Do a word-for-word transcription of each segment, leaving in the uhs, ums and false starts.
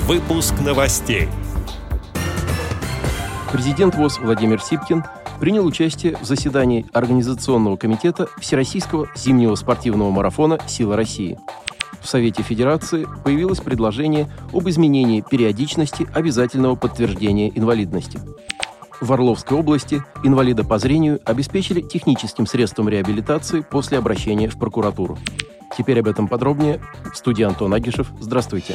Выпуск новостей. Президент ВОС Владимир Сипкин принял участие в заседании Организационного комитета Всероссийского зимнего спортивного марафона «Сила России». В Совете Федерации появилось предложение об изменении периодичности обязательного подтверждения инвалидности. В Орловской области инвалида по зрению обеспечили техническим средством реабилитации после обращения в прокуратуру. Теперь об этом подробнее. В студии Антон Агишев. Здравствуйте.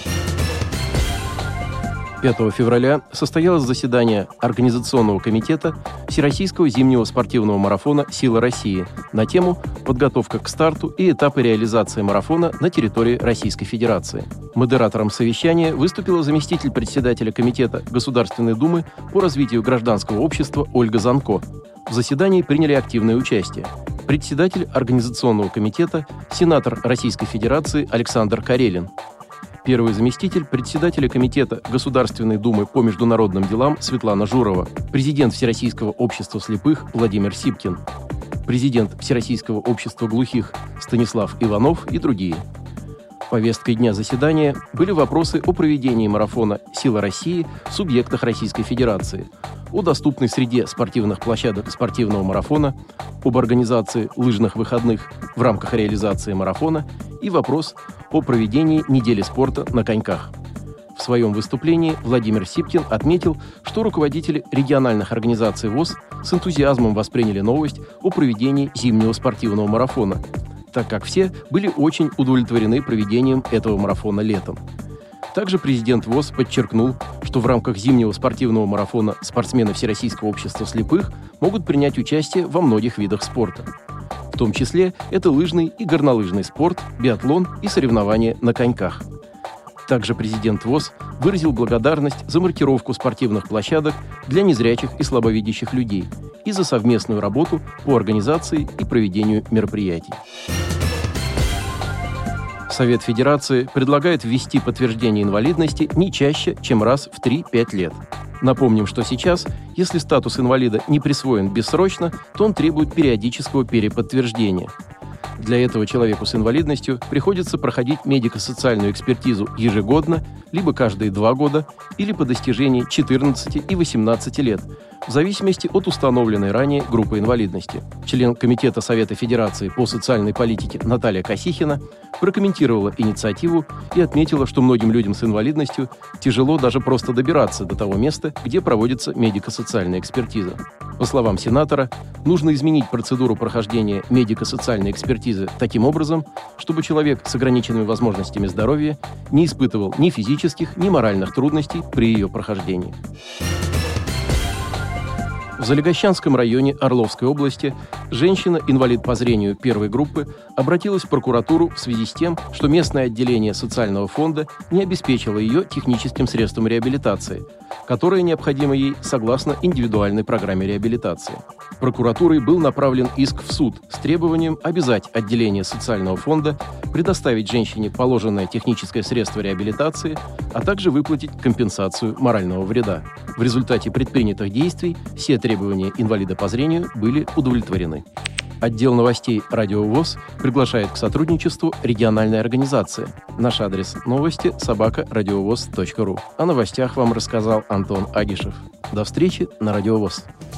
пятого февраля состоялось заседание Организационного комитета Всероссийского зимнего спортивного марафона «Сила России» на тему «Подготовка к старту и этапы реализации марафона на территории Российской Федерации». Модератором совещания выступила заместитель председателя Комитета Государственной Думы по развитию гражданского общества Ольга Занко. В заседании приняли активное участие председатель Организационного комитета, сенатор Российской Федерации Александр Карелин, первый заместитель председателя Комитета Государственной Думы по международным делам Светлана Журова, президент Всероссийского общества слепых Владимир Сипкин, президент Всероссийского общества глухих Станислав Иванов и другие. Повесткой дня заседания были вопросы о проведении марафона «Сила России» в субъектах Российской Федерации, о доступной среде спортивных площадок спортивного марафона, об организации лыжных выходных в рамках реализации марафона и вопрос о проведении недели спорта на коньках. В своем выступлении Владимир Сипкин отметил, что руководители региональных организаций ВОС с энтузиазмом восприняли новость о проведении зимнего спортивного марафона, так как все были очень удовлетворены проведением этого марафона летом. Также президент ВОС подчеркнул, что в рамках зимнего спортивного марафона спортсмены Всероссийского общества слепых могут принять участие во многих видах спорта. В том числе это лыжный и горнолыжный спорт, биатлон и соревнования на коньках. Также президент ВОС выразил благодарность за маркировку спортивных площадок для незрячих и слабовидящих людей и за совместную работу по организации и проведению мероприятий. Совет Федерации предлагает ввести подтверждение инвалидности не чаще, чем раз в три-пять лет. Напомним, что сейчас, если статус инвалида не присвоен бессрочно, то он требует периодического переподтверждения. Для этого человеку с инвалидностью приходится проходить медико-социальную экспертизу ежегодно, либо каждые два года, или по достижении четырнадцати и восемнадцати лет, в зависимости от установленной ранее группы инвалидности. Член Комитета Совета Федерации по социальной политике Наталья Косихина прокомментировала инициативу и отметила, что многим людям с инвалидностью тяжело даже просто добираться до того места, где проводится медико-социальная экспертиза. По словам сенатора, нужно изменить процедуру прохождения медико-социальной экспертизы таким образом, чтобы человек с ограниченными возможностями здоровья не испытывал ни физических, ни моральных трудностей при ее прохождении. В Залегощанском районе Орловской области женщина, инвалид по зрению первой группы, обратилась в прокуратуру в связи с тем, что местное отделение социального фонда не обеспечило ее техническим средством реабилитации, которое необходимо ей согласно индивидуальной программе реабилитации. Прокуратурой был направлен иск в суд с требованием обязать отделение социального фонда предоставить женщине положенное техническое средство реабилитации, а также выплатить компенсацию морального вреда. В результате предпринятых действий все требования инвалида по зрению были удовлетворены. Отдел новостей «Радио ВОС» приглашает к сотрудничеству региональной организации. Наш адрес новости собака радиовоз точка ру. О новостях вам рассказал Антон Агишев. До встречи на Радио ВОС.